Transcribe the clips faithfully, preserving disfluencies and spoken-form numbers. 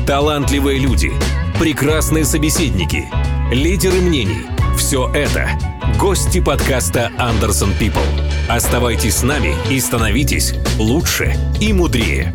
талантливые люди, прекрасные собеседники, лидеры мнений. Все это гости подкаста «Андерсон People». Оставайтесь с нами и становитесь лучше и мудрее.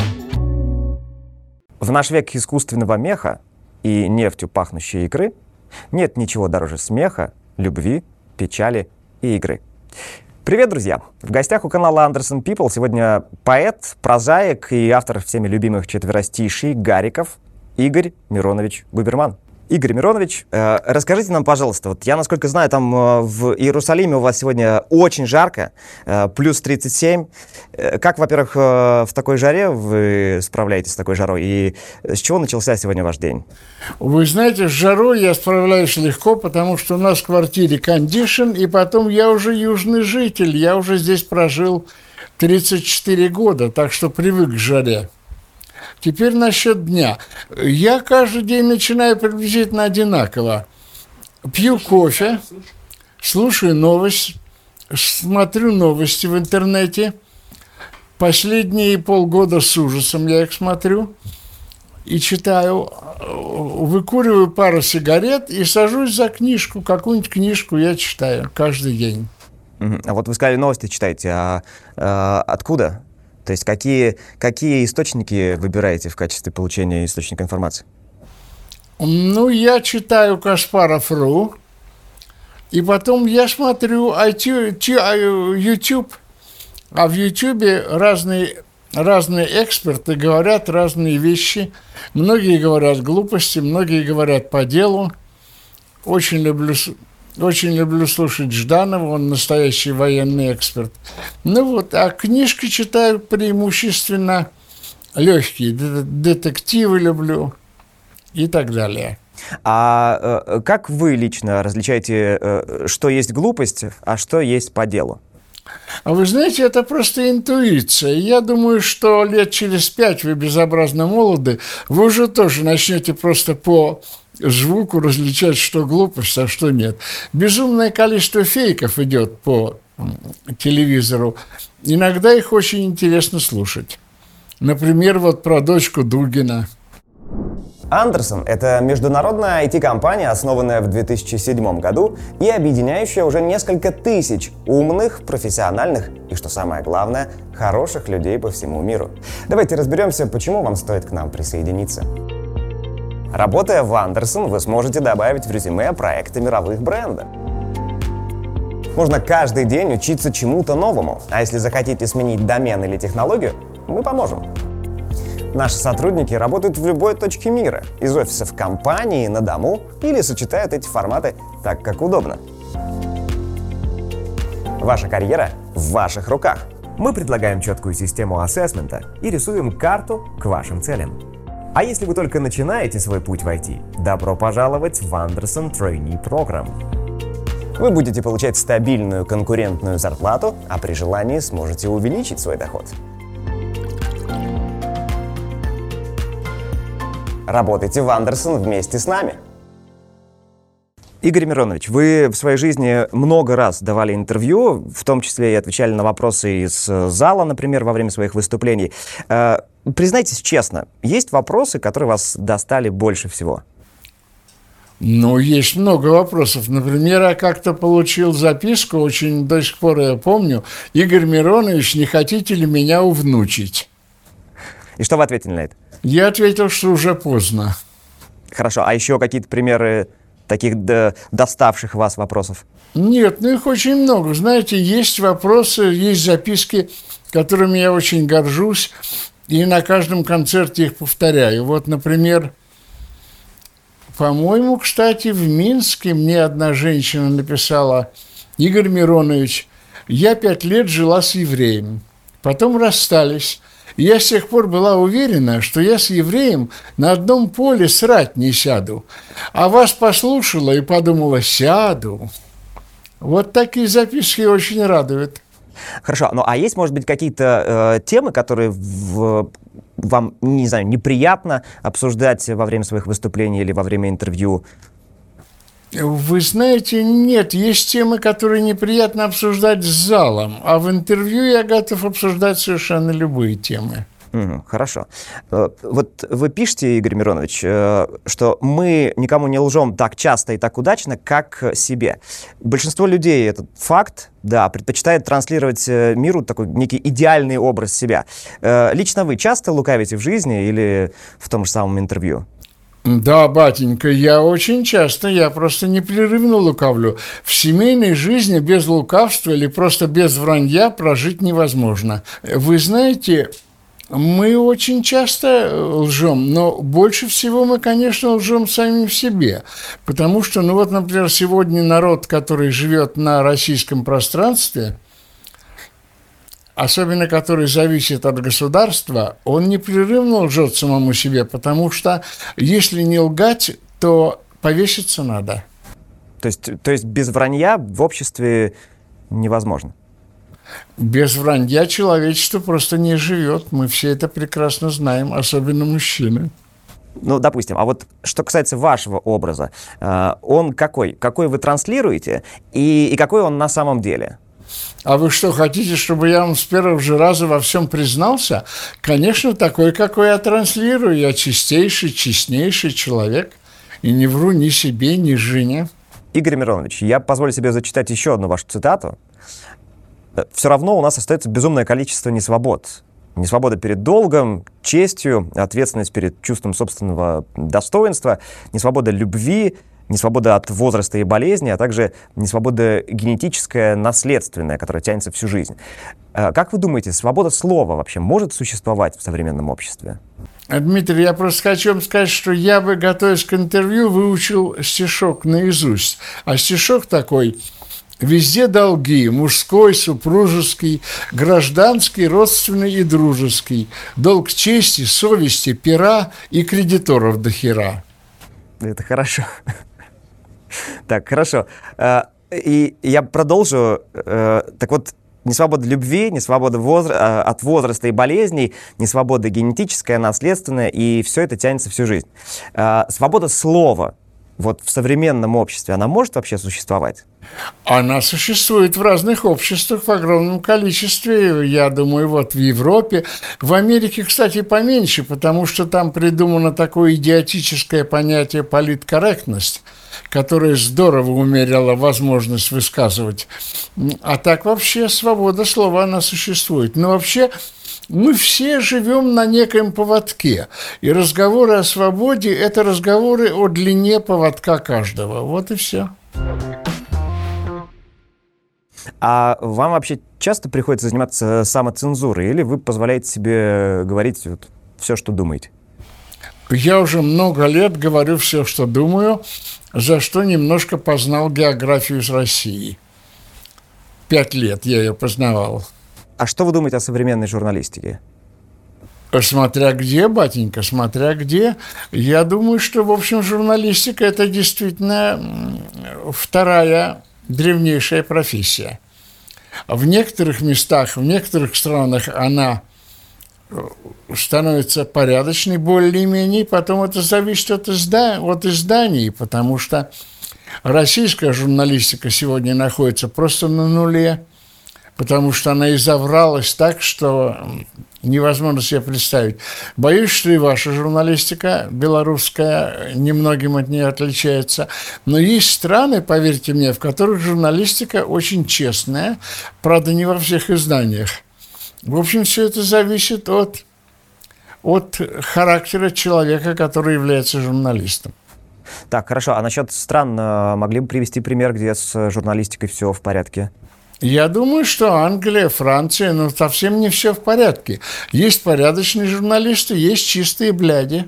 В наш век искусственного меха и нефтью пахнущей икры нет ничего дороже смеха, любви, печали и игры. Привет, друзья! В гостях у канала Андерсон People сегодня поэт, прозаик и автор всеми любимых четверостиший Гариков Игорь Миронович Губерман. Игорь Миронович, э, расскажите нам, пожалуйста, вот я, насколько знаю, там э, в Иерусалиме у вас сегодня очень жарко, э, плюс тридцать семь. Э, как, во-первых, э, в такой жаре вы справляетесь с такой жарой? И с чего начался сегодня ваш день? Вы знаете, с жарой я справляюсь легко, потому что у нас в квартире кондишн, и потом я уже южный житель, я уже здесь прожил тридцать четыре года, так что привык к жаре. Теперь насчет дня. Я каждый день начинаю приблизительно одинаково. Пью кофе, слушаю новость, смотрю новости в интернете. Последние полгода с ужасом я их смотрю и читаю. Выкуриваю пару сигарет и сажусь за книжку. Какую-нибудь книжку я читаю каждый день. А вот вы сказали, новости читаете. А, а откуда? То есть какие, какие источники выбираете в качестве получения источника информации? Ну, я читаю Каспаров точка ру, и потом я смотрю YouTube, а в YouTube разные, разные эксперты говорят разные вещи. Многие говорят глупости, многие говорят по делу. Очень люблю... Очень люблю слушать Жданова, он настоящий военный эксперт. Ну вот, а книжки читаю преимущественно легкие, детективы люблю и так далее. А э, как вы лично различаете, э, что есть глупость, а что есть по делу? А вы знаете, это просто интуиция. Я думаю, что лет через пять вы безобразно молоды, вы уже тоже начнете просто по звуку различать, что глупость, а что нет. Безумное количество фейков идет по телевизору. Иногда их очень интересно слушать. Например, вот про дочку Дугина. Андерсон – это международная ай ти-компания, основанная в две тысячи седьмом году и объединяющая уже несколько тысяч умных, профессиональных и, что самое главное, хороших людей по всему миру. Давайте разберемся, почему вам стоит к нам присоединиться. Работая в Андерсон, вы сможете добавить в резюме проекты мировых брендов. Можно каждый день учиться чему-то новому, а если захотите сменить домен или технологию, мы поможем. Наши сотрудники работают в любой точке мира, из офисов компании, на дому или сочетают эти форматы так, как удобно. Ваша карьера в ваших руках. Мы предлагаем четкую систему ассессмента и рисуем карту к вашим целям. А если вы только начинаете свой путь в ай ти, добро пожаловать в Андерсон Trainee Program. Вы будете получать стабильную конкурентную зарплату, а при желании сможете увеличить свой доход. Работайте в Андерсон вместе с нами. Игорь Миронович, вы в своей жизни много раз давали интервью, в том числе и отвечали на вопросы из зала, например, во время своих выступлений. Э, признайтесь честно, есть вопросы, которые вас достали больше всего? Ну, есть много вопросов. Например, я как-то получил записку, очень до сих пор я помню: «Игорь Миронович, не хотите ли меня увнучить?» И что вы ответили на это? Я ответил, что уже поздно. Хорошо, а еще какие-то примеры таких до, доставших вас вопросов? Нет, ну их очень много. Знаете, есть вопросы, есть записки, которыми я очень горжусь, и на каждом концерте их повторяю. Вот, например, по-моему, кстати, в Минске мне одна женщина написала: «Игорь Миронович, я пять лет жила с евреем, потом расстались. Я с тех пор была уверена, что я с евреем на одном поле срать не сяду. А вас послушала и подумала: сяду». Вот такие записки очень радуют. Хорошо, ну а есть, может быть, какие-то э, темы, которые в, вам, не знаю, неприятно обсуждать во время своих выступлений или во время интервью? Вы знаете, нет, есть темы, которые неприятно обсуждать с залом, а в интервью я готов обсуждать совершенно любые темы. Угу, хорошо. Вот вы пишете, Игорь Миронович, что мы никому не лжем так часто и так удачно, как себе. Большинство людей этот факт, да, предпочитает транслировать миру такой некий идеальный образ себя. Лично вы часто лукавите в жизни или в том же самом интервью? Да, батенька, я очень часто, я просто непрерывно лукавлю. В семейной жизни без лукавства или просто без вранья прожить невозможно. Вы знаете, мы очень часто лжем, но больше всего мы, конечно, лжем самим себе. Потому что, ну вот, например, сегодня народ, который живет на российском пространстве, особенно который зависит от государства, он непрерывно лжет самому себе, потому что если не лгать, то повеситься надо. То есть, то есть без вранья в обществе невозможно? Без вранья человечество просто не живет. Мы все это прекрасно знаем, особенно мужчины. Ну, допустим, а вот что касается вашего образа, он какой? Какой вы транслируете и, и какой он на самом деле? А вы что, хотите, чтобы я вам с первого же раза во всем признался? Конечно, такой, какой я транслирую. Я чистейший, честнейший человек. И не вру ни себе, ни жене. Игорь Миронович, я позволю себе зачитать еще одну вашу цитату. «Все равно у нас остается безумное количество несвобод. Несвобода перед долгом, честью, ответственность перед чувством собственного достоинства, несвобода любви, несвобода от возраста и болезни, а также несвобода генетическая, наследственная, которая тянется всю жизнь». Как вы думаете, свобода слова вообще может существовать в современном обществе? Дмитрий, я просто хочу вам сказать, что я бы, готовясь к интервью, выучил стишок наизусть. А стишок такой: «Везде долги, мужской, супружеский, гражданский, родственный и дружеский, долг чести, совести, пера и кредиторов до хера». Это хорошо. Так, хорошо. И я продолжу. Так вот, несвобода любви, несвобода возра- от возраста и болезней, несвобода генетическая, наследственная, и все это тянется всю жизнь. Свобода слова вот в современном обществе, она может вообще существовать? Она существует в разных обществах в огромном количестве. Я думаю, вот в Европе. В Америке, кстати, поменьше, потому что там придумано такое идиотическое понятие политкорректность, которое здорово умеряло возможность высказывать. А так вообще свобода слова, она существует. Но вообще мы все живем на некоем поводке. И разговоры о свободе – это разговоры о длине поводка каждого. Вот и все. А вам вообще часто приходится заниматься самоцензурой, или вы позволяете себе говорить вот все, что думаете? Я уже много лет говорю все, что думаю, за что немножко познал географию с Россией. Пять лет я ее познавал. А что вы думаете о современной журналистике? Смотря где, батенька, смотря где. Я думаю, что, в общем, журналистика – это действительно вторая древнейшая профессия. В некоторых местах, в некоторых странах она становится порядочной более-менее, потом это зависит от, изда... от изданий, потому что российская журналистика сегодня находится просто на нуле, потому что она изовралась так, что невозможно себе представить. Боюсь, что и ваша журналистика белорусская немногим от нее отличается. Но есть страны, поверьте мне, в которых журналистика очень честная, правда, не во всех изданиях. В общем, все это зависит от, от характера человека, который является журналистом. Так, хорошо. А насчет стран могли бы привести пример, где с журналистикой все в порядке? Я думаю, что Англия, Франция, ну, совсем не все в порядке. Есть порядочные журналисты, есть чистые бляди.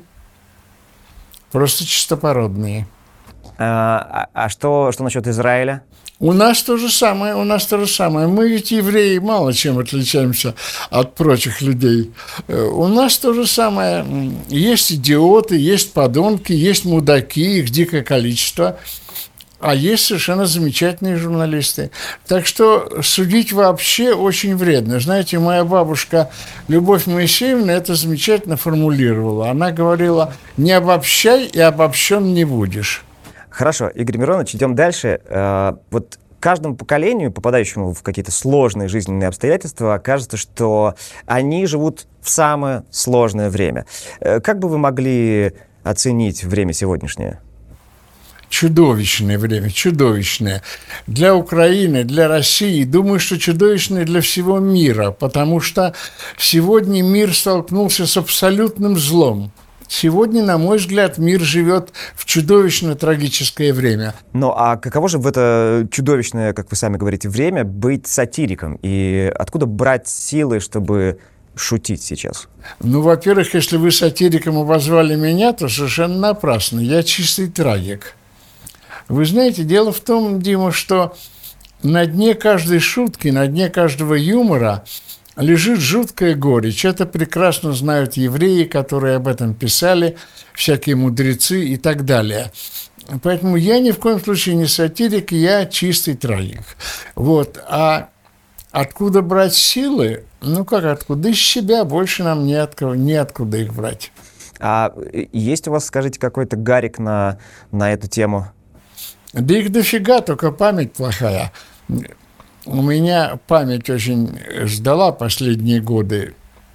Просто чистопородные. А, а что, что насчет Израиля? У нас то же самое, у нас то же самое. Мы ведь, евреи, мало чем отличаемся от прочих людей. У нас то же самое. Есть идиоты, есть подонки, есть мудаки, их дикое количество. А есть совершенно замечательные журналисты. Так что судить вообще очень вредно. Знаете, моя бабушка Любовь Моисеевна это замечательно формулировала. Она говорила: не обобщай и обобщен не будешь. Хорошо, Игорь Миронович, идем дальше. Вот каждому поколению, попадающему в какие-то сложные жизненные обстоятельства, кажется, что они живут в самое сложное время. Как бы вы могли оценить время сегодняшнее? Чудовищное время, чудовищное. Для Украины, для России, думаю, что чудовищное для всего мира, потому что сегодня мир столкнулся с абсолютным злом. Сегодня, на мой взгляд, мир живет в чудовищно трагическое время. Ну, а каково же в это чудовищное, как вы сами говорите, время быть сатириком? И откуда брать силы, чтобы шутить сейчас? Ну, во-первых, если вы сатириком обозвали меня, то совершенно напрасно. Я чистый трагик. Вы знаете, дело в том, Дима, что на дне каждой шутки, на дне каждого юмора лежит жуткая горечь. Это прекрасно знают евреи, которые об этом писали, всякие мудрецы и так далее. Поэтому я ни в коем случае не сатирик, я чистый трагик. Вот. А откуда брать силы? Ну, как откуда? Из себя, больше нам неоткуда, неоткуда их брать. А есть у вас, скажите, какой-то гарик на, на эту тему? Да их дофига, только память плохая. У меня память очень сдала последние годы.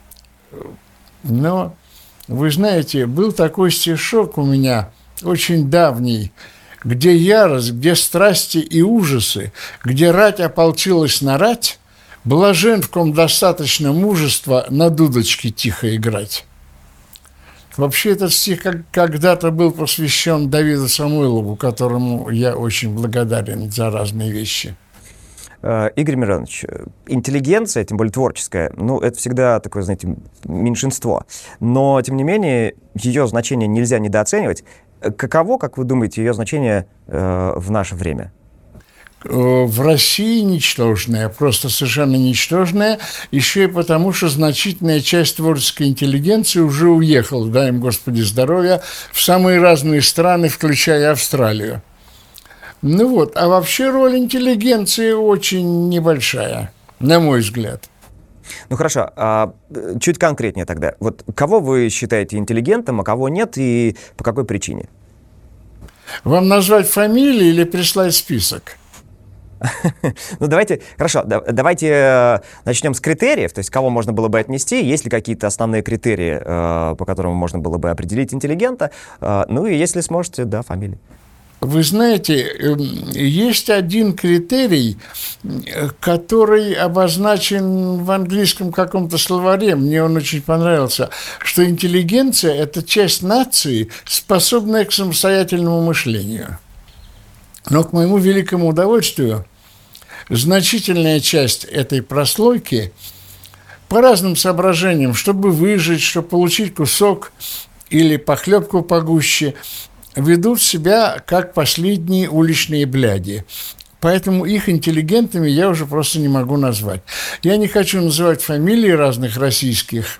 Но, вы знаете, был такой стишок у меня, очень давний, где ярость, где страсти и ужасы, где рать ополчилась на рать, блажен, в ком достаточно мужества на дудочке тихо играть. Вообще, этот стих когда-то был посвящен Давиду Самойлову, которому я очень благодарен за разные вещи. Игорь Миронович, интеллигенция, тем более творческая, ну, это всегда такое, знаете, меньшинство. Но, тем не менее, ее значение нельзя недооценивать. Каково, как вы думаете, ее значение э, в наше время? В России ничтожная, просто совершенно ничтожная, еще и потому, что значительная часть творческой интеллигенции уже уехала, дай им Господи здоровья, в самые разные страны, включая Австралию. Ну вот, а вообще роль интеллигенции очень небольшая, на мой взгляд. Ну хорошо, а чуть конкретнее тогда. Вот кого вы считаете интеллигентом, а кого нет, и по какой причине? Вам назвать фамилии или прислать список? Ну, давайте, хорошо, давайте начнем с критериев, то есть кого можно было бы отнести, есть ли какие-то основные критерии, по которым можно было бы определить интеллигента, ну и если сможете, да, фамилии. Вы знаете, есть один критерий, который обозначен в английском каком-то словаре, мне он очень понравился, что интеллигенция – это часть нации, способная к самостоятельному мышлению. Но, к моему великому удовольствию, значительная часть этой прослойки по разным соображениям, чтобы выжить, чтобы получить кусок или похлебку погуще, ведут себя как последние уличные бляди. Поэтому их интеллигентами я уже просто не могу назвать. Я не хочу называть фамилии разных российских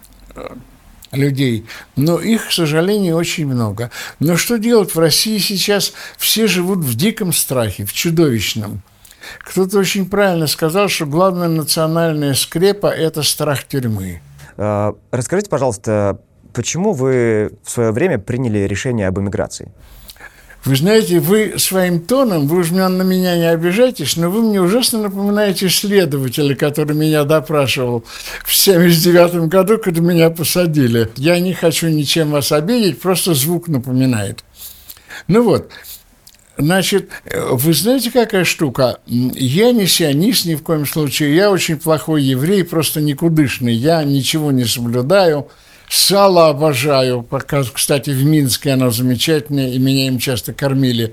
людей, но их, к сожалению, очень много. Но что делать? В России сейчас все живут в диком страхе, в чудовищном. Кто-то очень правильно сказал, что главная национальная скрепа – это страх тюрьмы. Расскажите, пожалуйста, почему вы в свое время приняли решение об эмиграции? Вы знаете, вы своим тоном, вы уж на меня не обижайтесь, но вы мне ужасно напоминаете следователя, который меня допрашивал в семьдесят девятом году, когда меня посадили. Я не хочу ничем вас обидеть, просто звук напоминает. Ну вот, значит, вы знаете, какая штука? Я не сионист ни в коем случае, я очень плохой еврей, просто никудышный, я ничего не соблюдаю. Сало обожаю, пока, кстати, в Минске оно замечательное, и меня им часто кормили.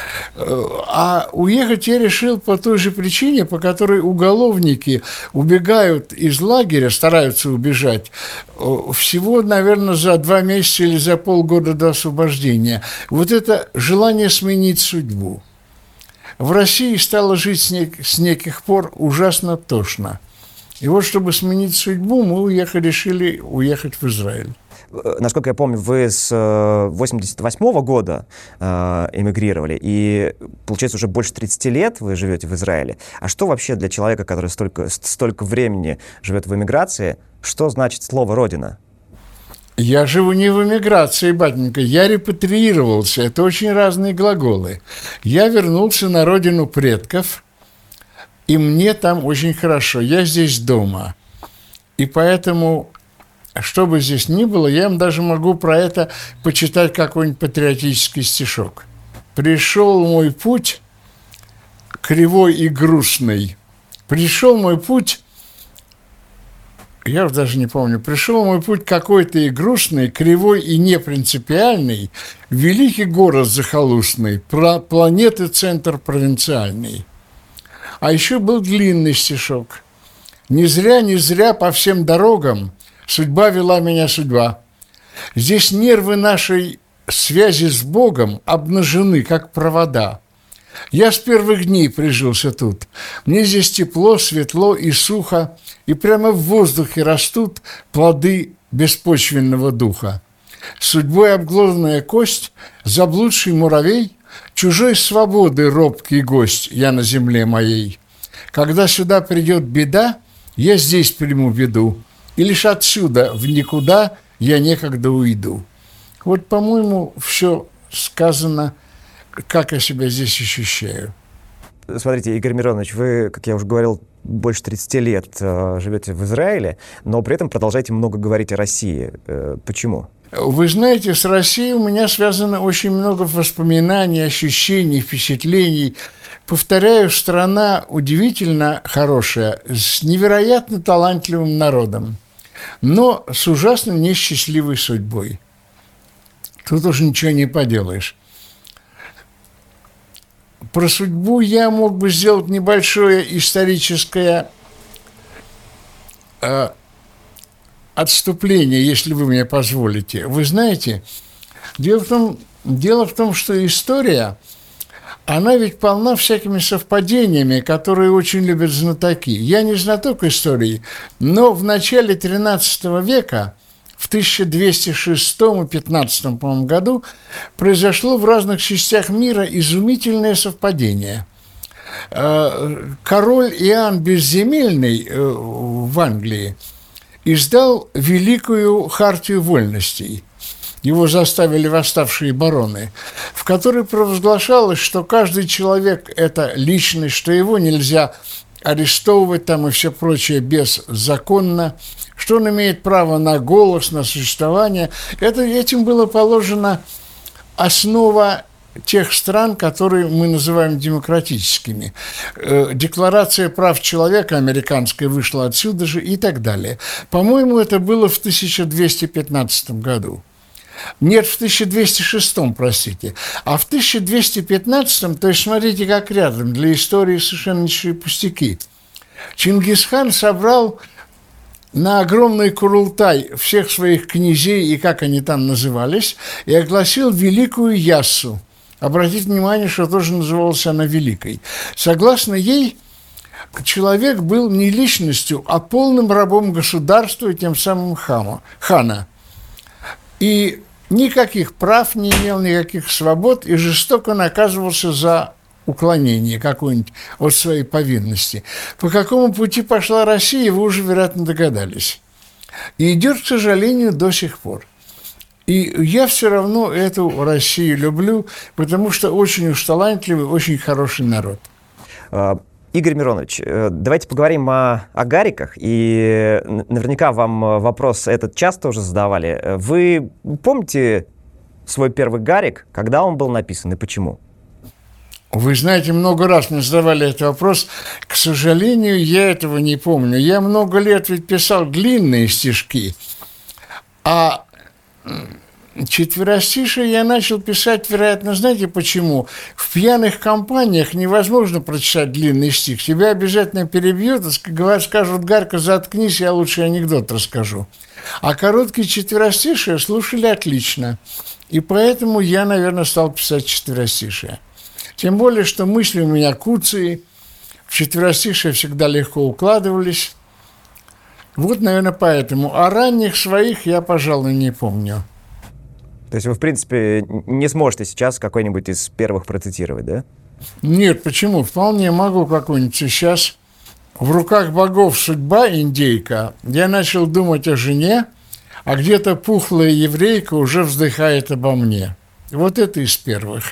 А уехать я решил по той же причине, по которой уголовники убегают из лагеря, стараются убежать, всего, наверное, за два месяца или за полгода до освобождения. Вот это желание сменить судьбу. В России стало жить с, нек- с неких пор ужасно тошно. И вот, чтобы сменить судьбу, мы уехали, решили уехать в Израиль. Насколько я помню, вы с восемьдесят восьмого года э, эмигрировали, и, получается, уже больше тридцати лет вы живете в Израиле. А что вообще для человека, который столько, столько времени живет в эмиграции, что значит слово «родина»? Я живу не в эмиграции, батенька, я репатриировался. Это очень разные глаголы. Я вернулся на родину предков, и мне там очень хорошо. Я здесь дома. И поэтому, что бы здесь ни было, я вам даже могу про это почитать какой-нибудь патриотический стишок. «Пришел мой путь, кривой и грустный. Пришел мой путь...» Я уже даже не помню. «Пришел мой путь какой-то и грустный, кривой и непринципиальный, великий город захолустный, про планеты центр провинциальный». А еще был длинный стишок. «Не зря, не зря по всем дорогам судьба вела меня судьба. Здесь нервы нашей связи с Богом обнажены, как провода. Я с первых дней прижился тут. Мне здесь тепло, светло и сухо, и прямо в воздухе растут плоды беспочвенного духа. Судьбой обглоданная кость, заблудший муравей, чужой свободы робкий гость я на земле моей. Когда сюда придет беда, я здесь приму беду, и лишь отсюда в никуда я некогда уйду». Вот, по-моему, все сказано, как я себя здесь ощущаю. Смотрите, Игорь Миронович, вы, как я уже говорил, больше тридцати лет э, живете в Израиле, но при этом продолжаете много говорить о России. Э, почему? Вы знаете, с Россией у меня связано очень много воспоминаний, ощущений, впечатлений. Повторяю, страна удивительно хорошая, с невероятно талантливым народом, но с ужасно несчастливой судьбой. Тут уже ничего не поделаешь. Про судьбу я мог бы сделать небольшое историческое э, отступление, если вы мне позволите. Вы знаете, дело в том, дело в том, что история, она ведь полна всякими совпадениями, которые очень любят знатоки. Я не знаток истории, но в начале тринадцатого века, в тысяча двести шестом и пятнадцатом, по-моему, году произошло в разных частях мира изумительное совпадение. Король Иоанн Безземельный в Англии издал Великую хартию вольностей. Его заставили восставшие бароны, в которой провозглашалось, что каждый человек – это личность, что его нельзя арестовывать там и все прочее беззаконно, что он имеет право на голос, на существование. Это, этим было положено основа тех стран, которые мы называем демократическими. Декларация прав человека американская вышла отсюда же и так далее. По-моему, это было в тысяча двести пятнадцатом году. Нет, в тысяча двести шестом, простите. А в тысяча двести пятнадцатом, то есть смотрите, как рядом, для истории совершенно ничего пустяки. Чингисхан собрал на огромный курултай всех своих князей, и как они там назывались, и огласил Великую Яссу. Обратите внимание, что тоже называлась она Великой. Согласно ей, человек был не личностью, а полным рабом государства и тем самым хама, хана. И никаких прав не имел, никаких свобод, и жестоко наказывался за уклонение какое-нибудь от своей повинности. По какому пути пошла Россия, вы уже, вероятно, догадались. И идет, к сожалению, до сих пор. И я все равно эту Россию люблю, потому что очень уж талантливый, очень хороший народ. Игорь Миронович, давайте поговорим о, о гариках. И наверняка вам вопрос этот часто уже задавали. Вы помните свой первый гарик, когда он был написан и почему? Вы знаете, много раз мне задавали этот вопрос. К сожалению, я этого не помню. Я много лет ведь писал длинные стишки, а четверостишие я начал писать, вероятно, знаете почему? В пьяных компаниях невозможно прочитать длинный стих. Тебя обязательно перебьют, скажут: Гарько, заткнись, я лучше анекдот расскажу. А короткие четверостишие слушали отлично. И поэтому я, наверное, стал писать четверостишие. Тем более, что мысли у меня куцые, в четверостишие всегда легко укладывались. Вот, наверное, поэтому. А ранних своих я, пожалуй, не помню. То есть вы, в принципе, не сможете сейчас какой-нибудь из первых процитировать, да? Нет, почему? Вполне могу какой-нибудь сейчас. В руках богов судьба, индейка. Я начал думать о жене, а где-то пухлая еврейка уже вздыхает обо мне. Вот это из первых.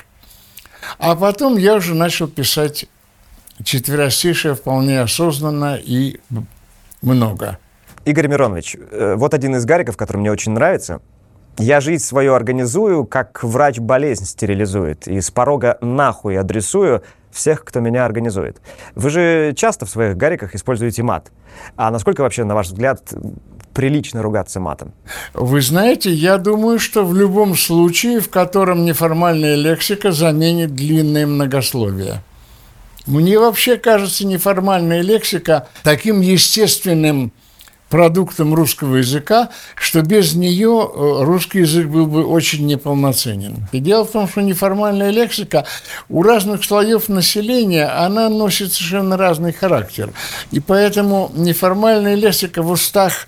А потом я уже начал писать четверостишие вполне осознанно и много. Игорь Миронович, вот один из гариков, который мне очень нравится. «Я жизнь свою организую, как врач болезнь стерилизует, и с порога нахуй адресую всех, кто меня организует». Вы же часто в своих гариках используете мат. А насколько вообще, на ваш взгляд, прилично ругаться матом? Вы знаете, я думаю, что в любом случае, в котором неформальная лексика заменит длинное многословие. Мне вообще кажется неформальная лексика таким естественным продуктом русского языка, что без нее русский язык был бы очень неполноценен. И дело в том, что неформальная лексика у разных слоев населения, она носит совершенно разный характер. И поэтому неформальная лексика в устах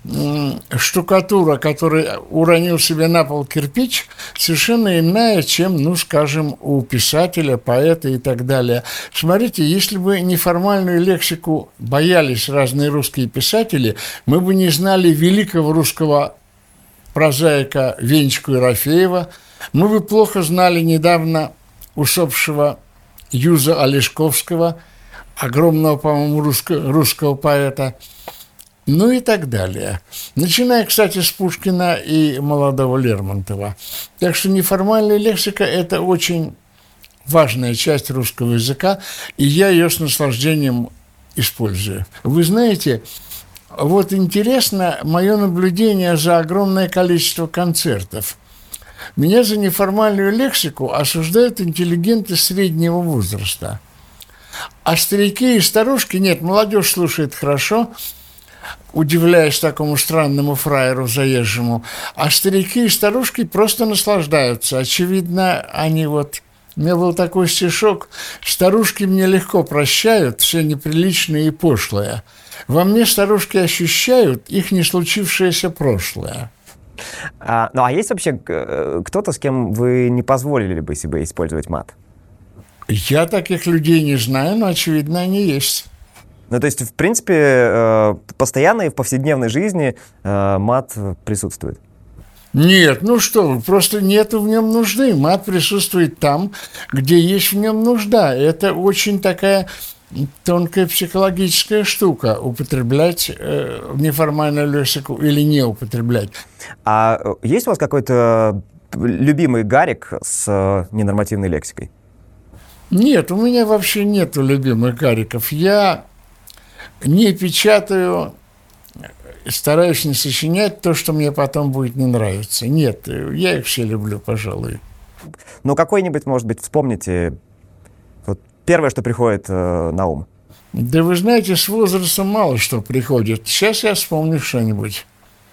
штукатура, который уронил себе на пол кирпич, совершенно иная, чем, ну, скажем, у писателя, поэта и так далее. Смотрите, если бы неформальную лексику боялись разные русские писатели, мы бы не знали великого русского прозаика Венечку Ерофеева, мы бы плохо знали недавно усопшего Юза Олешковского, огромного, по-моему, русско- русского поэта, ну и так далее. Начиная, кстати, с Пушкина и молодого Лермонтова. Так что неформальная лексика – это очень важная часть русского языка, и я ее с наслаждением использую. Вы знаете, вот интересно мое наблюдение за огромное количество концертов. Меня за неформальную лексику осуждают интеллигенты среднего возраста. А старики и старушки, нет, молодежь слушает хорошо, удивляясь такому странному фраеру заезжему, а старики и старушки просто наслаждаются. Очевидно, они вот... У меня был такой стишок: «Старушки мне легко прощают все неприличное и пошлое. Во мне старушки ощущают их не случившееся прошлое». А, ну, а есть вообще кто-то, с кем вы не позволили бы себе использовать мат? Я таких людей не знаю, но, очевидно, они есть. Ну, то есть, в принципе, постоянно и в повседневной жизни мат присутствует? Нет, ну что вы, просто нету в нем нужды. Мат присутствует там, где есть в нем нужда. Это очень такая тонкая психологическая штука, употреблять э, неформальную лексику или не употреблять. А есть у вас какой-то любимый гарик с э, ненормативной лексикой? Нет, у меня вообще нету любимых гариков. Я не печатаю... Стараюсь не сочинять то, что мне потом будет не нравиться. Нет, я их все люблю, пожалуй. Ну, какой-нибудь, может быть, вспомните, вот первое, что приходит э, на ум. Да вы знаете, с возрастом мало что приходит. Сейчас я вспомню что-нибудь.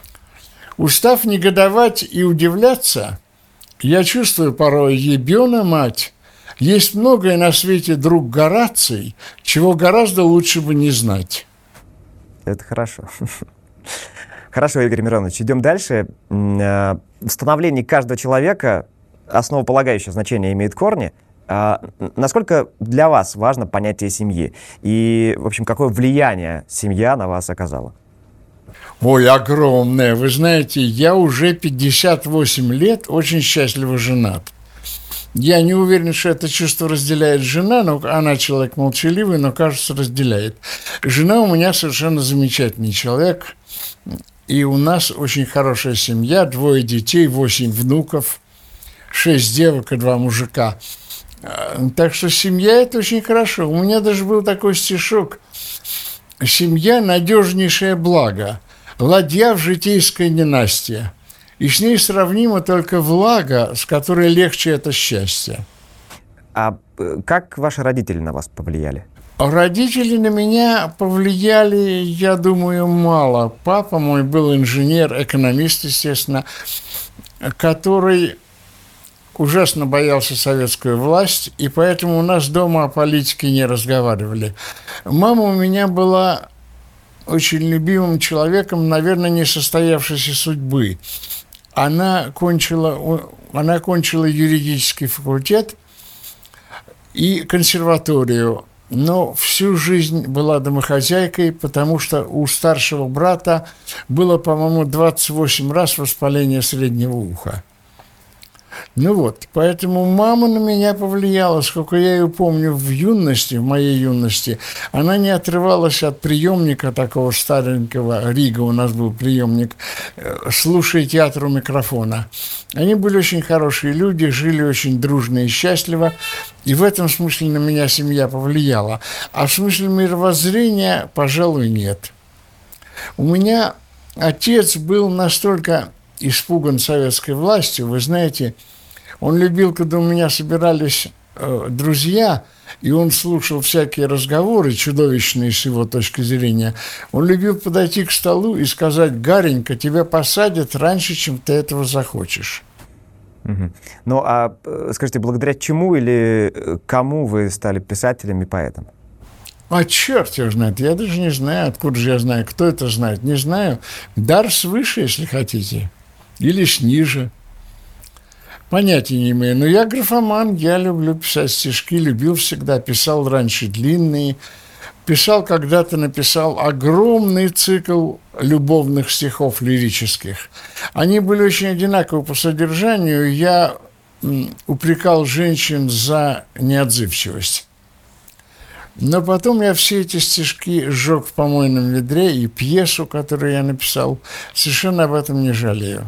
Устав негодовать и удивляться, я чувствую порой, ебена мать, есть многое на свете, друг Гораций, чего гораздо лучше бы не знать. Это хорошо. Хорошо, Игорь Миронович, идем дальше. В становлении каждого человека основополагающее значение имеет корни. Насколько для вас важно понятие семьи? И, в общем, какое влияние семья на вас оказала? Ой, огромное. Вы знаете, я уже пятьдесят восемь лет очень счастливо женат. Я не уверен, что это чувство разделяет жена, но она человек молчаливый, но, кажется, разделяет. Жена у меня совершенно замечательный человек, и у нас очень хорошая семья, двое детей, восемь внуков, шесть девок и два мужика. Так что семья – это очень хорошо. У меня даже был такой стишок: «Семья – надежнейшее благо, ладья в житейской ненастье. И с ней сравнима только влага, с которой легче это счастье». А как ваши родители на вас повлияли? Родители на меня повлияли, я думаю, мало. Папа мой был инженер, экономист, естественно, который ужасно боялся советскую власть, и поэтому у нас дома о политике не разговаривали. Мама у меня была очень любимым человеком, наверное, несостоявшейся судьбы. Она кончила, она кончила юридический факультет и консерваторию. но всю жизнь была домохозяйкой, потому что у старшего брата было, по-моему, двадцать восемь раз воспаление среднего уха. Ну вот, поэтому мама на меня повлияла, сколько я ее помню в юности, в моей юности. Она не отрывалась от приемника такого старенького, Рига у нас был приемник, «Слушай театр у микрофона». Они были очень хорошие люди, жили очень дружно и счастливо, и в этом смысле на меня семья повлияла. А в смысле мировоззрения, пожалуй, нет. У меня отец был настолько испуган советской властью, вы знаете, он любил, когда у меня собирались э, друзья, и он слушал всякие разговоры, чудовищные с его точки зрения, он любил подойти к столу и сказать: «Гаренька, тебя посадят раньше, чем ты этого захочешь». Угу. Ну, а скажите, благодаря чему или кому вы стали писателем и поэтом? А черт его знает, я даже не знаю, откуда же я знаю, кто это знает, не знаю. Дар свыше, если хотите. Или ниже. Понятия не имею. Но я графоман, я люблю писать стишки, любил всегда, писал раньше длинные. Писал, когда-то написал огромный цикл любовных стихов лирических. Они были очень одинаковы по содержанию. Я упрекал женщин за неотзывчивость. Но потом я все эти стишки сжег в помойном ведре, и пьесу, которую я написал, совершенно об этом не жалею.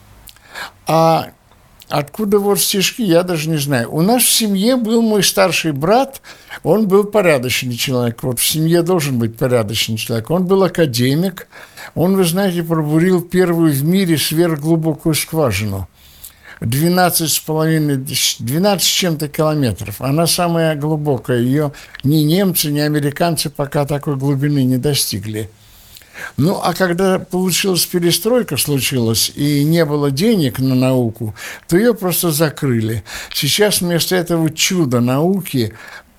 А откуда вот стишки, я даже не знаю. У нас в семье был мой старший брат, он был порядочный человек. Вот в семье должен быть порядочный человек. Он был академик, он, вы знаете, пробурил первую в мире сверхглубокую скважину. двенадцать с половиной, двенадцать с чем-то километров. Она самая глубокая. Ее ни немцы, ни американцы пока такой глубины не достигли. Ну, а когда получилась перестройка, случилась, и не было денег на науку, то ее просто закрыли. Сейчас вместо этого чуда науки,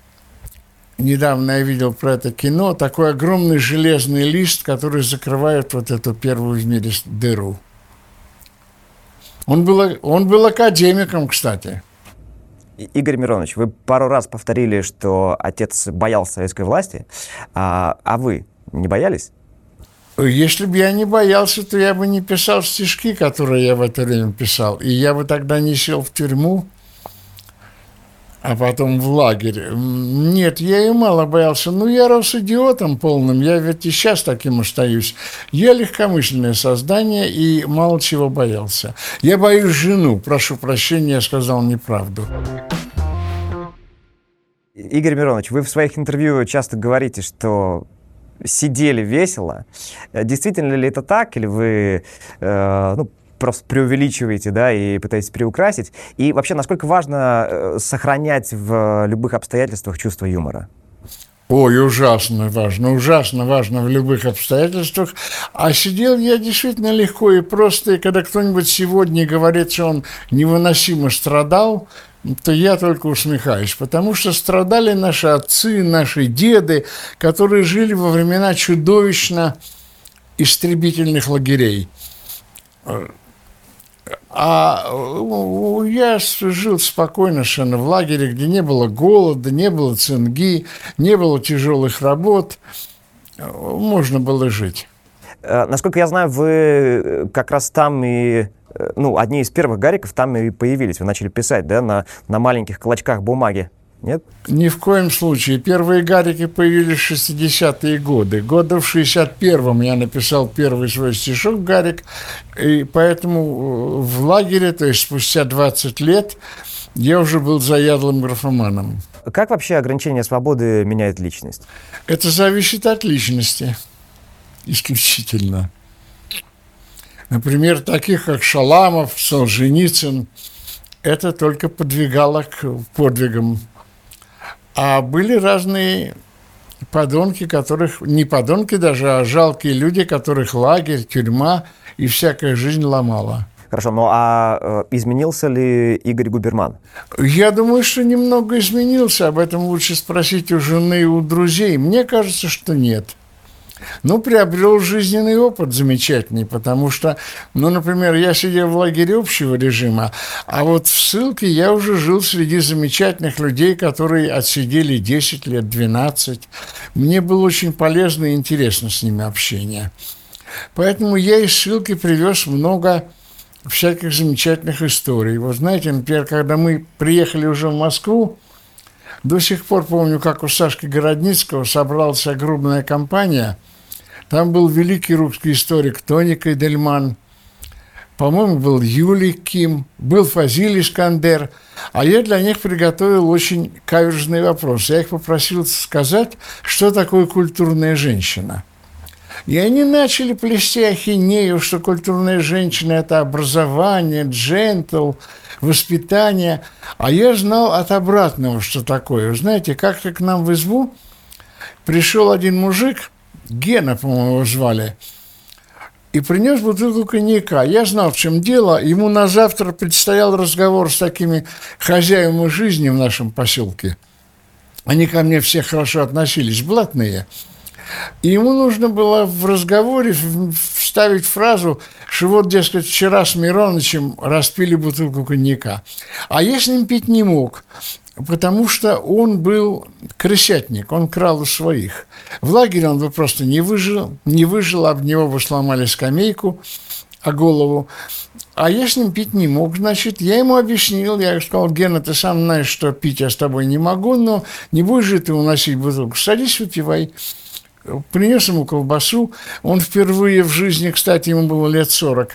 недавно я видел про это кино, такой огромный железный лист, который закрывает вот эту первую в мире дыру. Он был, он был академиком, кстати. Игорь Миронович, вы пару раз повторили, что отец боялся советской власти, а, а вы не боялись? Если бы я не боялся, то я бы не писал стишки, которые я в это время писал. И я бы тогда не сел в тюрьму, а потом в лагерь. Нет, я и мало боялся. Ну, я рос идиотом полным, я ведь и сейчас таким остаюсь. Я легкомысленное создание и мало чего боялся. Я боюсь жену, прошу прощения, я сказал неправду. Игорь Миронович, вы в своих интервью часто говорите, что сидели весело. Действительно ли это так, или вы э, ну, просто преувеличиваете, да, и пытаетесь приукрасить? И вообще, насколько важно сохранять в любых обстоятельствах чувство юмора? Ой, ужасно важно, ужасно важно в любых обстоятельствах. А сидел я действительно легко и просто, и когда кто-нибудь сегодня говорит, что он невыносимо страдал, то я только усмехаюсь, потому что страдали наши отцы, наши деды, которые жили во времена чудовищно истребительных лагерей. А я жил спокойно совершенно в лагере, где не было голода, не было цинги, не было тяжелых работ, можно было жить. Насколько я знаю, вы как раз там и... Ну, одни из первых гариков там и появились. Вы начали писать, да, на, на маленьких клочках бумаги, нет? Ни в коем случае. Первые гарики появились в шестидесятые годы. Года в шестьдесят первом я написал первый свой стишок «Гарик», и поэтому в лагере, то есть спустя двадцать лет, я уже был заядлым графоманом. Как вообще ограничение свободы меняет личность? Это зависит от личности. Исключительно. Например, таких, как Шаламов, Солженицын, это только подвигало к подвигам. А были разные подонки, которых, не подонки даже, а жалкие люди, которых лагерь, тюрьма и всякая жизнь ломала. Хорошо, ну а э, изменился ли Игорь Губерман? Я думаю, что немного изменился. Об этом лучше спросить у жены и у друзей. Мне кажется, что нет. Ну, приобрел жизненный опыт замечательный, потому что, ну, например, я сидел в лагере общего режима, а вот в ссылке я уже жил среди замечательных людей, которые отсидели десять лет, двенадцать. Мне было очень полезно и интересно с ними общение. Поэтому я из ссылки привез много всяких замечательных историй. Вот знаете, например, когда мы приехали уже в Москву, до сих пор помню, как у Сашки Городницкого собралась огромная компания. Там был великий русский историк Тони Кайдельман, по-моему, был Юлий Ким, был Фазиль Искандер, а я для них приготовил очень каверзный вопрос. Я их попросил сказать, что такое культурная женщина. И они начали плести ахинею, что культурная женщина – это образование, джентл, воспитание. А я знал от обратного, что такое. Вы знаете, как-то к нам в избу пришел один мужик, Гена, по-моему, его звали, и принес бутылку коньяка. Я знал, в чем дело. Ему на завтра предстоял разговор с такими хозяевами жизни в нашем поселке. Они ко мне все хорошо относились, блатные. И ему нужно было в разговоре вставить фразу, что вот, дескать, вчера с Миронычем распили бутылку коньяка. А я с ним пить не мог, потому что он был крысятник, он крал у своих. В лагере он бы просто не выжил, не выжил, об него бы сломали скамейку, о голову. А я с ним пить не мог, значит, я ему объяснил, я сказал: Гена, ты сам знаешь, что пить я с тобой не могу, но не будешь же ты уносить бутылку, садись, выпивай. Принес ему колбасу, он впервые в жизни, кстати, ему было лет сорок,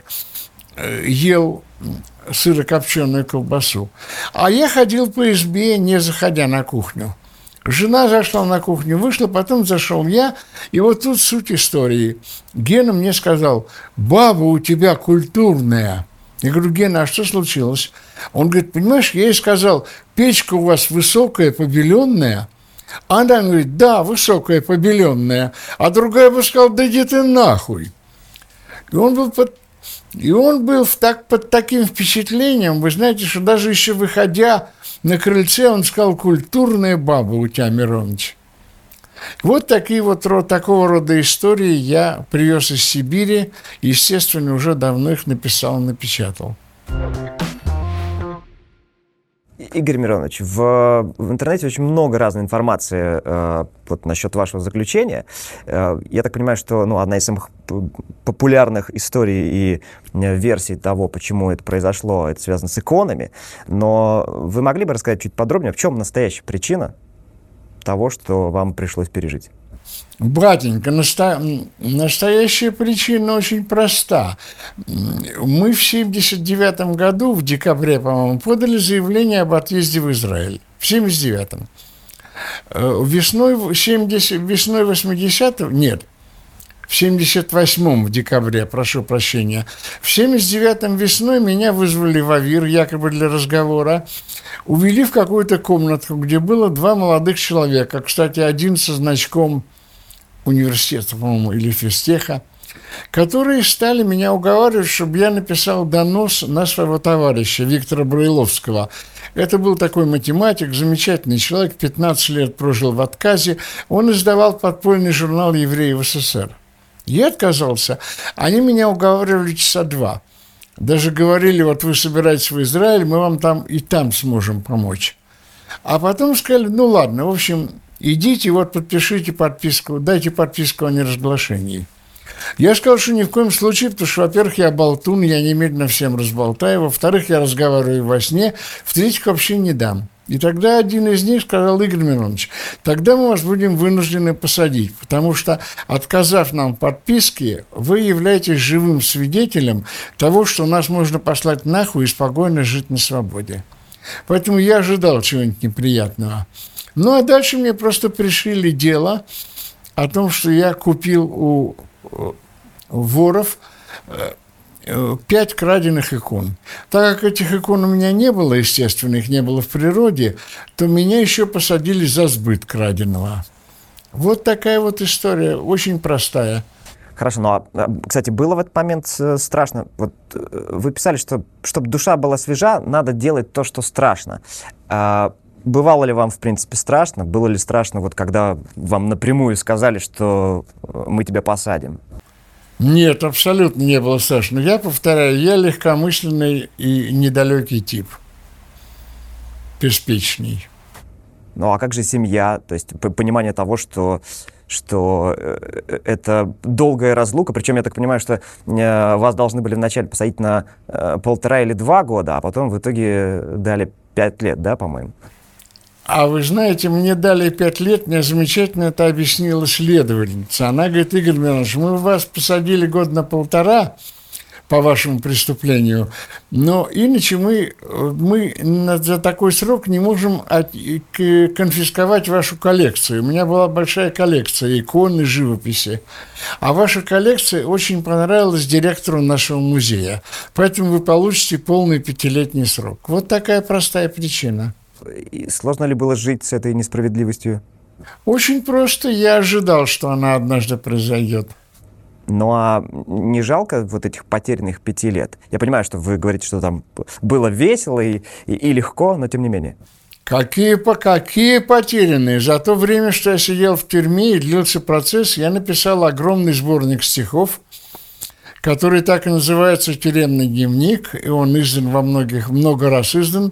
ел сырокопченую колбасу. А я ходил по избе, не заходя на кухню. Жена зашла на кухню, вышла, потом зашел я, и вот тут суть истории. Гена мне сказал: баба у тебя культурная. Я говорю: Гена, а что случилось? Он говорит: понимаешь, я ей сказал: печка у вас высокая, побеленная. А она говорит: да, высокая, побеленная. А другая бы сказала: да иди ты нахуй. И он был под, и он был в так, под таким впечатлением, вы знаете, что даже еще выходя на крыльце, он сказал: культурная баба у тебя, Мироныч. Вот такие вот такого рода истории я привез из Сибири, естественно, уже давно их написал, напечатал. Игорь Миронович, в, в интернете очень много разной информации э, вот, насчет вашего заключения. Э, я так понимаю, что ну, одна из самых популярных историй и версий того, почему это произошло, это связано с иконами. Но вы могли бы рассказать чуть подробнее, в чем настоящая причина того, что вам пришлось пережить? Братенька, насто... настоящая причина очень проста. Мы в семьдесят девятом году, в декабре, по-моему, подали заявление об отъезде в Израиль. В семьдесят девятом. Весной, семидесятого, весной восьмидесятого, нет, в семьдесят восьмом в декабре, прошу прощения, в семьдесят девятом весной меня вызвали в АВИР, якобы для разговора, увели в какую-то комнатку, где было два молодых человека, кстати, один со значком университета, по-моему, или физтеха, которые стали меня уговаривать, чтобы я написал донос на своего товарища Виктора Брайловского. Это был такой математик, замечательный человек, пятнадцать лет прожил в отказе, он издавал подпольный журнал «Евреи в СССР». Я отказался, они меня уговаривали часа два. Даже говорили: вот вы собираетесь в Израиль, мы вам там и там сможем помочь. А потом сказали: ну ладно, в общем, идите, вот подпишите подписку, дайте подписку о неразглашении. Я сказал, что ни в коем случае, потому что, во-первых, я болтун, я немедленно всем разболтаю, во-вторых, я разговариваю во сне, в-третьих, вообще не дам. И тогда один из них сказал: Игорь Миронович, тогда мы вас будем вынуждены посадить, потому что, отказав нам подписки, вы являетесь живым свидетелем того, что нас можно послать нахуй и спокойно жить на свободе. Поэтому я ожидал чего-нибудь неприятного. Ну, а дальше мне просто пришили дело о том, что я купил у воров пять краденных икон. Так как этих икон у меня не было, естественно, их не было в природе, то меня еще посадили за сбыт краденого. Вот такая вот история, очень простая. Хорошо, ну, а, кстати, было в этот момент страшно. Вот вы писали, что чтобы душа была свежа, надо делать то, что страшно. А, Бывало ли вам, в принципе, страшно? Было ли страшно, вот когда вам напрямую сказали, что мы тебя посадим? Нет, абсолютно не было страшно. Я повторяю, я легкомысленный и недалекий тип. Беспечный. Ну а как же семья? То есть понимание того, что, что это долгая разлука. Причем я так понимаю, что вас должны были вначале посадить на полтора или два года, а потом в итоге дали пять лет, да, по-моему? А вы знаете, мне дали пять лет, мне замечательно это объяснила следовательница. Она говорит: Игорь Миронович, мы вас посадили год на полтора по вашему преступлению, но иначе мы, мы за такой срок не можем от, конфисковать вашу коллекцию. У меня была большая коллекция икон и живописи, а ваша коллекция очень понравилась директору нашего музея, поэтому вы получите полный пятилетний срок. Вот такая простая причина. И сложно ли было жить с этой несправедливостью? Очень просто. Я ожидал, что она однажды произойдет. Ну а не жалко вот этих потерянных пяти лет? Я понимаю, что вы говорите, что там было весело и, и, и легко, но тем не менее. Какие, по какие потерянные? За то время, что я сидел в тюрьме и длился процесс, я написал огромный сборник стихов, который так и называется «Тюремный дневник», и он издан во многих, много раз издан.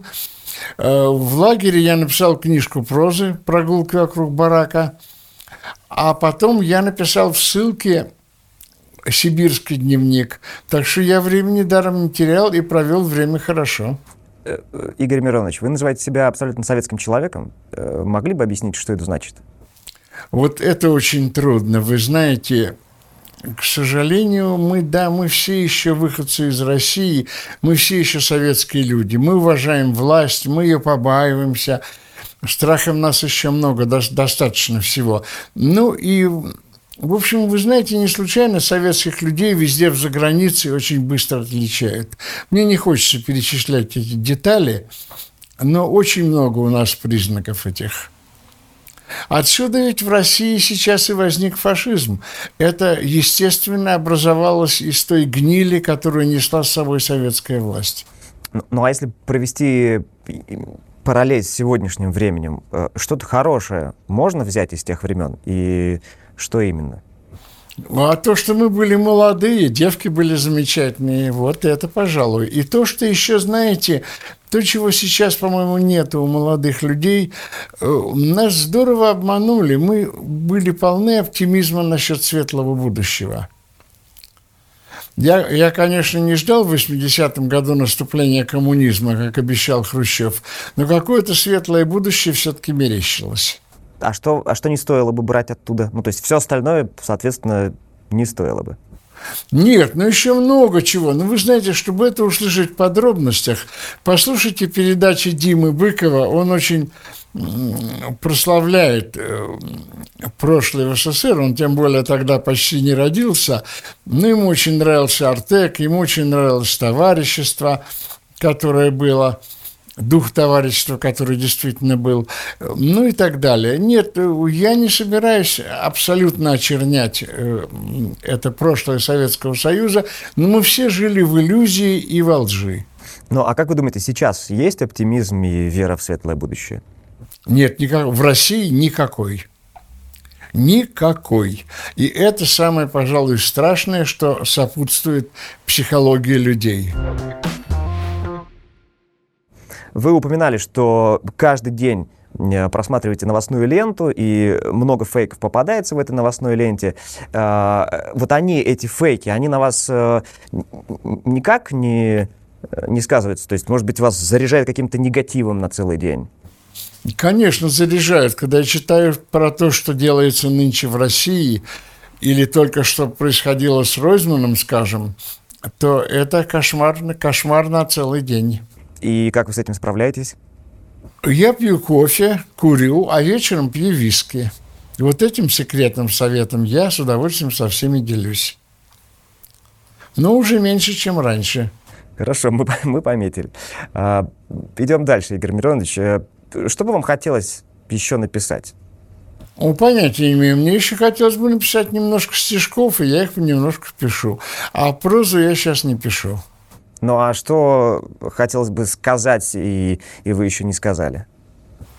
В лагере я написал книжку прозы «Прогулки вокруг барака», а потом я написал в ссылке «Сибирский дневник». Так что я времени даром не терял и провел время хорошо. Игорь Миронович, вы называете себя абсолютно советским человеком. Могли бы объяснить, что это значит? Вот это очень трудно. Вы знаете, к сожалению, мы, да, мы все еще выходцы из России, мы все еще советские люди. Мы уважаем власть, мы ее побаиваемся. Страхом нас еще много, достаточно всего. Ну и, в общем, вы знаете, не случайно советских людей везде в загранице очень быстро отличают. Мне не хочется перечислять эти детали, но очень много у нас признаков этих. Отсюда ведь в России сейчас и возник фашизм. Это, естественно, образовалось из той гнили, которую несла с собой советская власть. Ну, ну а если провести параллель с сегодняшним временем, что-то хорошее можно взять из тех времен? И что именно? А то, что мы были молодые, девки были замечательные, вот это, пожалуй. И то, что еще, знаете, то, чего сейчас, по-моему, нет у молодых людей, нас здорово обманули. Мы были полны оптимизма насчет светлого будущего. Я, я, конечно, не ждал в восьмидесятом году наступления коммунизма, как обещал Хрущев, но какое-то светлое будущее все-таки мерещилось. А что, а что не стоило бы брать оттуда? Ну, то есть все остальное, соответственно, не стоило бы. Нет, ну еще много чего. Но вы знаете, чтобы это услышать в подробностях, послушайте передачи Димы Быкова. Он очень прославляет прошлое в СССР. Он тем более тогда почти не родился. Но ему очень нравился Артек, ему очень нравилось товарищество, которое было. Дух товарищества, который действительно был, ну и так далее. Нет, я не собираюсь абсолютно очернять это прошлое Советского Союза, но мы все жили в иллюзии и во лжи. Ну, а как вы думаете, сейчас есть оптимизм и вера в светлое будущее? Нет, никак, в России никакой. Никакой. И это самое, пожалуй, страшное, что сопутствует психологии людей. Вы упоминали, что каждый день просматриваете новостную ленту, и много фейков попадается в этой новостной ленте. Вот они, эти фейки, они на вас никак не, не сказываются? То есть, может быть, вас заряжает каким-то негативом на целый день? Конечно, заряжают. Когда я читаю про то, что делается нынче в России, или только что происходило с Ройзманом, скажем, то это кошмар, кошмар на целый день. И как вы с этим справляетесь? Я пью кофе, курю, а вечером пью виски. И вот этим секретным советом я с удовольствием со всеми делюсь. Но уже меньше, чем раньше. Хорошо, мы, мы пометили. А, идем дальше, Игорь Миронович. Что бы вам хотелось еще написать? Ну, понятия не имею. Мне еще хотелось бы написать немножко стишков, и я их немножко пишу. А прозу я сейчас не пишу. Ну, а что хотелось бы сказать, и, и вы еще не сказали?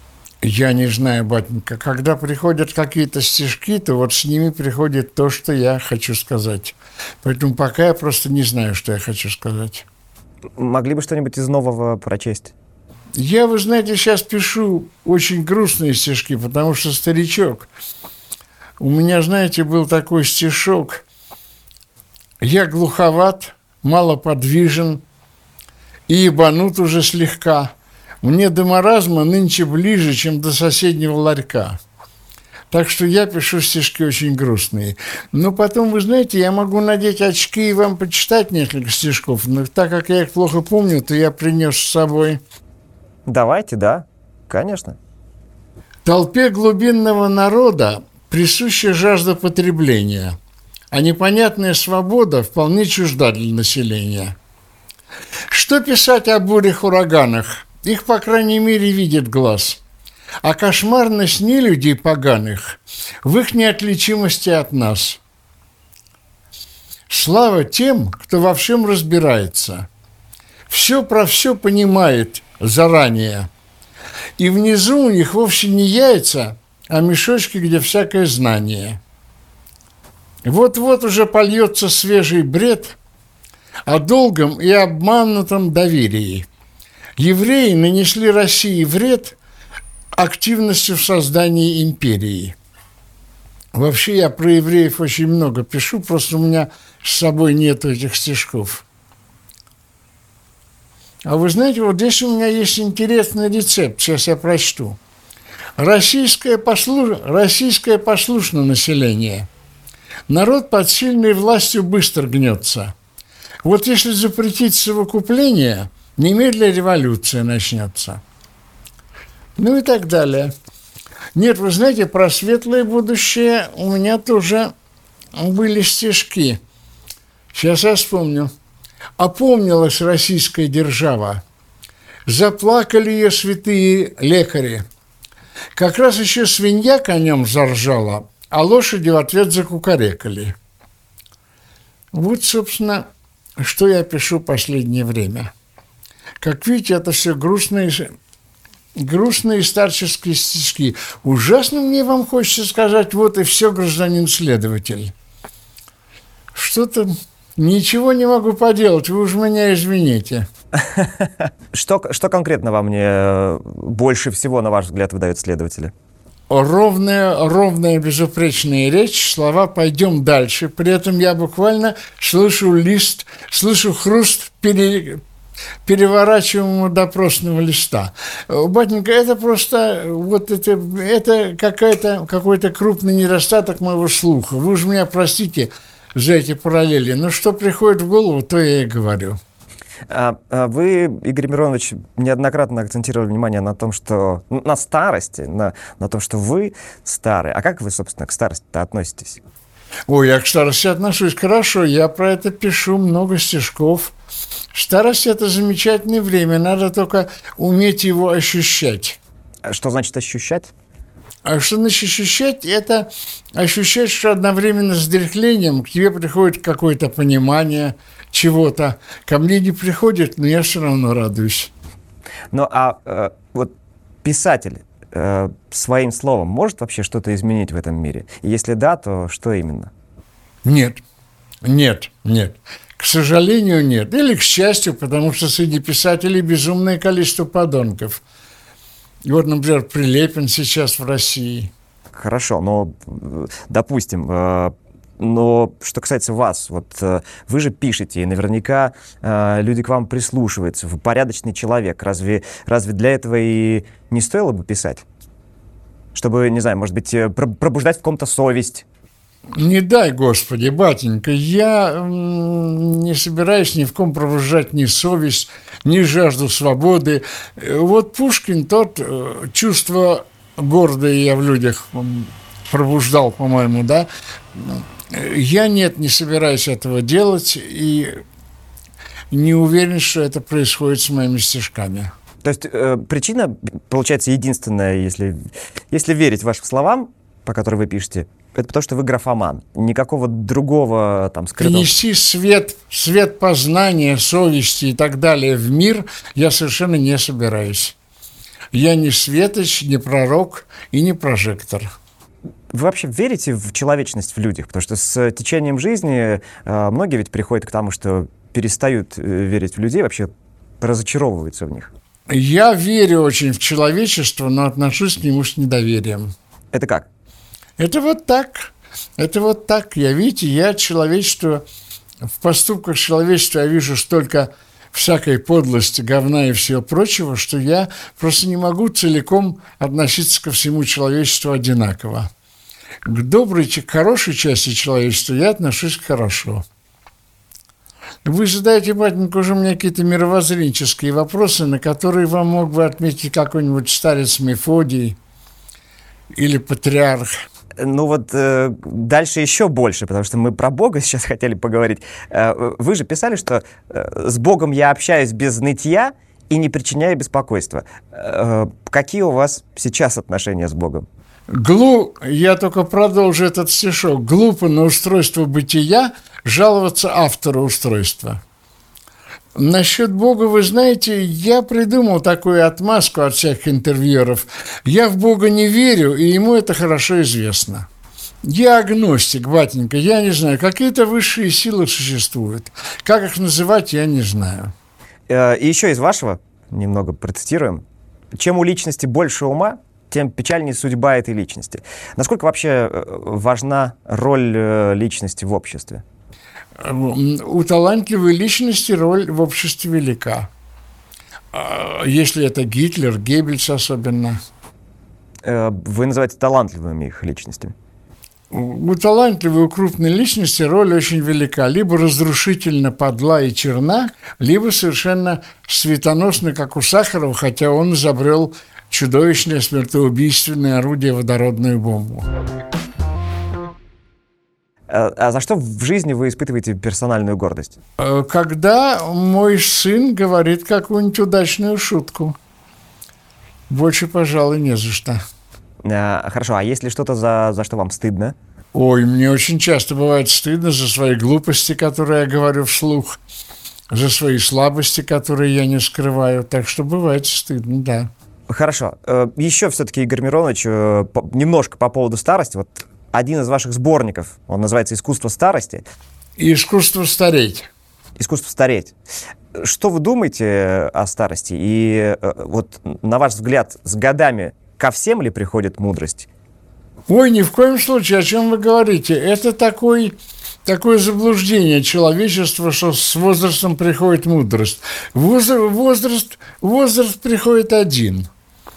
Я не знаю, батенька. Когда приходят какие-то стишки, то вот с ними приходит то, что я хочу сказать. Поэтому пока я просто не знаю, что я хочу сказать. Могли бы что-нибудь из нового прочесть? Я, вы знаете, сейчас пишу очень грустные стишки, потому что старичок. У меня, знаете, был такой стишок. Я глуховат, малоподвижен и ебанут уже слегка. Мне до маразма нынче ближе, чем до соседнего ларька. Так что я пишу стишки очень грустные. Но потом, вы знаете, я могу надеть очки и вам почитать несколько стишков. Но так как я их плохо помню, то я принес с собой. Давайте, да, конечно. Толпе глубинного народа присуща жажда потребления, а непонятная свобода вполне чужда для населения. Что писать о бурях-ураганах? Их, по крайней мере, видит глаз. А кошмарность нелюдей поганых в их неотличимости от нас. Слава тем, кто во всем разбирается, все про все понимает заранее. И внизу у них вовсе не яйца, а мешочки, где всякое знание. Вот-вот уже польется свежий бред о долгом и обманутом доверии. Евреи нанесли России вред активностью в создании империи. Вообще я про евреев очень много пишу, просто у меня с собой нет этих стишков. А вы знаете, вот здесь у меня есть интересный рецепт, сейчас я прочту. Российское, послуш... Российское послушно население. Народ под сильной властью быстро гнется. Вот если запретить совокупление, немедля революция начнется. Ну и так далее. Нет, вы знаете, про светлое будущее у меня тоже были стишки. Сейчас я вспомню. Опомнилась российская держава. Заплакали ее святые лекари. Как раз еще свинья конем заржала, а лошади в ответ закукарекали. Вот, собственно, что я пишу в последнее время. Как видите, это все грустные, грустные старческие стишки. Ужасно мне вам хочется сказать, вот и все, гражданин следователь. Что-то ничего не могу поделать, вы уж меня извините. Что, что конкретно вам мне больше всего, на ваш взгляд, выдают следователи? Ровная, ровная, безупречная речь, слова «пойдем дальше». При этом я буквально слышу лист, слышу хруст пере, переворачиваемого допросного листа. Батенька, это просто вот это, это какая-то, какой-то крупный недостаток моего слуха. Вы уж меня простите за эти параллели, но что приходит в голову, то я и говорю. А, а вы, Игорь Миронович, неоднократно акцентировали внимание на том, что на старости, на, на том, что вы старый. А как вы, собственно, к старости-то относитесь? Ой, я к старости отношусь хорошо. Я про это пишу много стишков. Старость – это замечательное время. Надо только уметь его ощущать. Что значит ощущать? А что значит ощущать? Это ощущать, что одновременно с дряхлением к тебе приходит какое-то понимание чего-то. Ко мне не приходит, но я все равно радуюсь. Ну, а э, вот писатель э, своим словом может вообще что-то изменить в этом мире? И если да, то что именно? Нет, нет, нет. К сожалению, нет. Или к счастью, потому что среди писателей безумное количество подонков. И вот, например, Прилепин сейчас в России. Хорошо, но, допустим, э, но что касается вас, вот э, вы же пишете, и наверняка э, люди к вам прислушиваются, вы порядочный человек. Разве, разве для этого и не стоило бы писать? Чтобы, не знаю, может быть, пробуждать в ком-то совесть? Не дай, Господи, батенька, я м, не собираюсь ни в ком пробуждать ни совесть, ни жажду свободы. Вот Пушкин тот э, чувство гордое я в людях пробуждал, по-моему, да. Я нет, не собираюсь этого делать, и не уверен, что это происходит с моими стишками. То есть э, причина, получается, единственная, если, если верить вашим словам, по которым вы пишете, это потому, что вы графоман. Никакого другого там скрытого... Принести свет, свет познания, совести и так далее в мир я совершенно не собираюсь. Я не светоч, не пророк и не прожектор. Вы вообще верите в человечность в людях? Потому что с течением жизни э, многие ведь приходят к тому, что перестают э, верить в людей, вообще разочаровываются в них. Я верю очень в человечество, но отношусь к нему с недоверием. Это как? Это вот так. Это вот так. Я, видите, я человечество, в поступках человечества я вижу столько всякой подлости, говна и всего прочего, что я просто не могу целиком относиться ко всему человечеству одинаково. К доброй, к хорошей части человечества я отношусь хорошо. Вы задаете, батенька, уже мне какие-то мировоззренческие вопросы, на которые вам мог бы отметить какой-нибудь старец Мефодий или патриарх. Ну вот э, дальше еще больше, потому что мы про Бога сейчас хотели поговорить. Э, вы же писали, что э, с Богом я общаюсь без нытья и не причиняю беспокойства. Э, какие у вас сейчас отношения с Богом? Глу... Я только продолжу этот стишок. Глупо на устройство бытия жаловаться автору устройства. Насчет Бога, вы знаете, я придумал такую отмазку от всех интервьюеров. Я в Бога не верю, и ему это хорошо известно. Я агностик, батенька, я не знаю. Какие-то высшие силы существуют. Как их называть, я не знаю. И еще из вашего, немного процитируем. Чем у личности больше ума, тем печальнее судьба этой личности. Насколько вообще важна роль личности в обществе? У талантливой личности роль в обществе велика. Если это Гитлер, Геббельс особенно. Вы называете талантливыми их личностями? У талантливой, у крупной личности роль очень велика. Либо разрушительно подла и черна, либо совершенно светоносна, как у Сахарова, хотя он изобрел чудовищное смертоубийственное орудие — водородную бомбу. А за что в жизни вы испытываете персональную гордость? Когда мой сын говорит какую-нибудь удачную шутку. Больше, пожалуй, не за что. А, хорошо, а есть ли что-то, за, за что вам стыдно? Ой, мне очень часто бывает стыдно за свои глупости, которые я говорю вслух, за свои слабости, которые я не скрываю. Так что бывает стыдно, да. Хорошо. Еще все-таки, Игорь Миронович, немножко по поводу старости. Вот один из ваших сборников, он называется «Искусство старости». Искусство стареть. Искусство стареть. Что вы думаете о старости? И вот, на ваш взгляд, с годами ко всем ли приходит мудрость? Ой, ни в коем случае, о чем вы говорите? Это такой, такое заблуждение человечества, что с возрастом приходит мудрость. Возраст, возраст, возраст приходит один.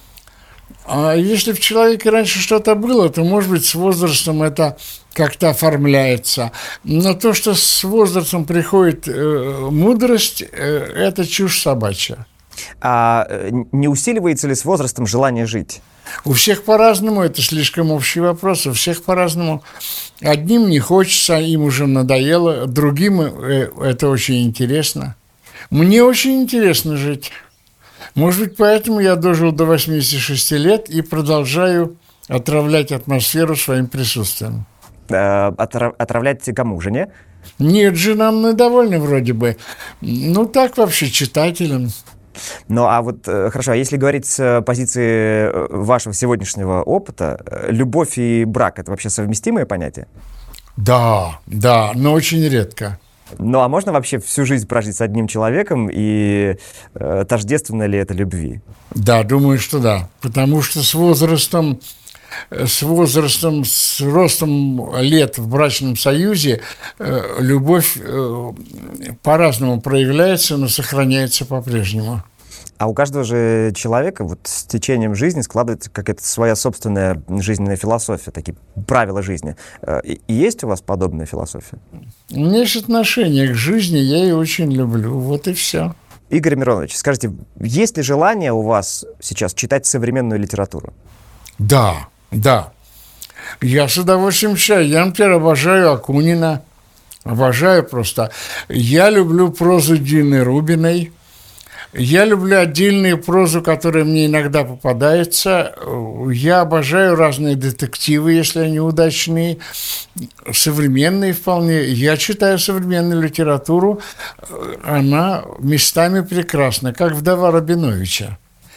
А если в человеке раньше что-то было, то, может быть, с возрастом это как-то оформляется. Но то, что с возрастом приходит э, мудрость, э, это чушь собачья. А не усиливается ли с возрастом желание жить? У всех по-разному, это слишком общий вопрос, у всех по-разному. Одним не хочется, им уже надоело, другим э, это очень интересно. Мне очень интересно жить. Может быть, поэтому я дожил до восьмидесяти шести лет и продолжаю отравлять атмосферу своим присутствием. Э, отрав- отравлять кому? Жене? Нет, женам недовольны вроде бы. Ну, так вообще читателям. Ну, а вот, хорошо, а если говорить с позиции вашего сегодняшнего опыта, любовь и брак — это вообще совместимые понятия? Да, да, но очень редко. Ну, а можно вообще всю жизнь прожить с одним человеком, и э, тождественно ли это любви? Да, думаю, что да. Потому что с возрастом, с возрастом, с ростом лет в брачном союзе э, любовь э, по-разному проявляется, но сохраняется по-прежнему. А у каждого же человека вот с течением жизни складывается какая-то своя собственная жизненная философия, такие правила жизни. И есть у вас подобная философия? У меня есть отношение к жизни, я ее очень люблю, вот и все. Игорь Миронович, скажите, есть ли желание у вас сейчас читать современную литературу? Да, да. Я с удовольствием читаю. Я, например, обожаю Акунина, обожаю просто. Я люблю прозу Дины Рубиной. Я люблю отдельную прозу, которая мне иногда попадается. Я обожаю разные детективы, если они удачные, современные вполне. Я читаю современную литературу, она местами прекрасна, как «Вдова Рабиновича».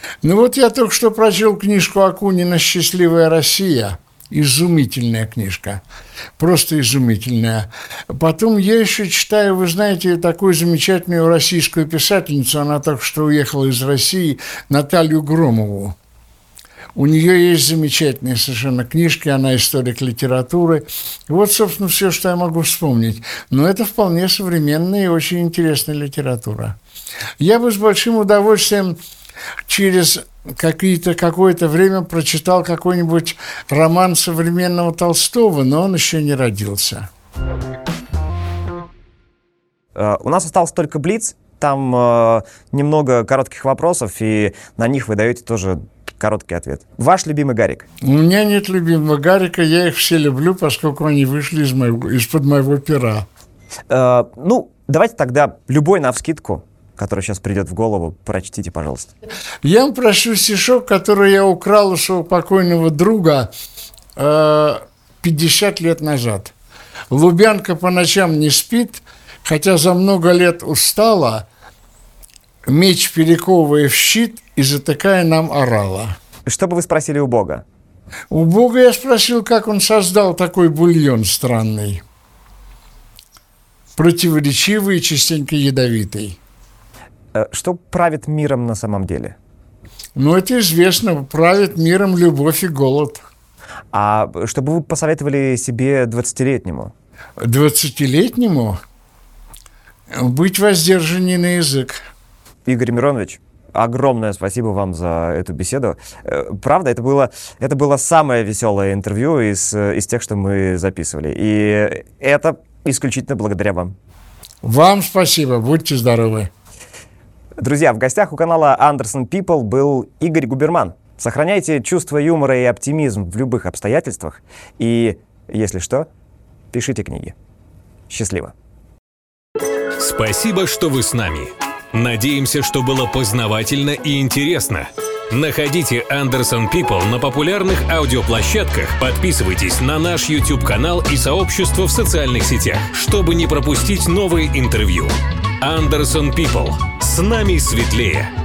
Ну вот я только что прочел книжку Акунина «Счастливая Россия». Изумительная книжка, просто изумительная. Потом я еще читаю, вы знаете, такую замечательную российскую писательницу, она только что уехала из России, Наталью Громову. У нее есть замечательные совершенно книжки, она историк литературы. Вот, собственно, все, что я могу вспомнить. Но это вполне современная и очень интересная литература. Я бы с большим удовольствием через какие-то, какое-то время прочитал какой-нибудь роман современного Толстого, но он еще не родился. Uh, у нас остался только блиц. Там uh, немного коротких вопросов, и на них вы даете тоже короткий ответ. Ваш любимый Гарик? У меня нет любимого Гарика, я их все люблю, поскольку они вышли из моего, из-под моего пера. Uh, ну, давайте тогда любой навскидку, который сейчас придет в голову, прочтите, пожалуйста. Я вам прошу стишок, который я украл у своего покойного друга э, пятьдесят лет назад. «Лубянка по ночам не спит, хотя за много лет устала, меч перековывая в щит и затыкая нам орала». Что бы вы спросили у Бога? У Бога я спросил, как он создал такой бульон странный, противоречивый и частенько ядовитый. Что правит миром на самом деле? Ну, это известно. Правит миром любовь и голод. А что бы вы посоветовали себе двадцатилетнему? Двадцатилетнему? Быть воздержаннее на язык. Игорь Миронович, огромное спасибо вам за эту беседу. Правда, это было, это было самое веселое интервью из, из тех, что мы записывали. И это исключительно благодаря вам. Вам спасибо. Будьте здоровы. Друзья, в гостях у канала Anderson People был Игорь Губерман. Сохраняйте чувство юмора и оптимизм в любых обстоятельствах. И, если что, пишите книги. Счастливо. Спасибо, что вы с нами. Надеемся, что было познавательно и интересно. Находите Anderson People на популярных аудиоплощадках, подписывайтесь на наш YouTube-канал и сообщество в социальных сетях, чтобы не пропустить новые интервью. Anderson People. С нами светлее.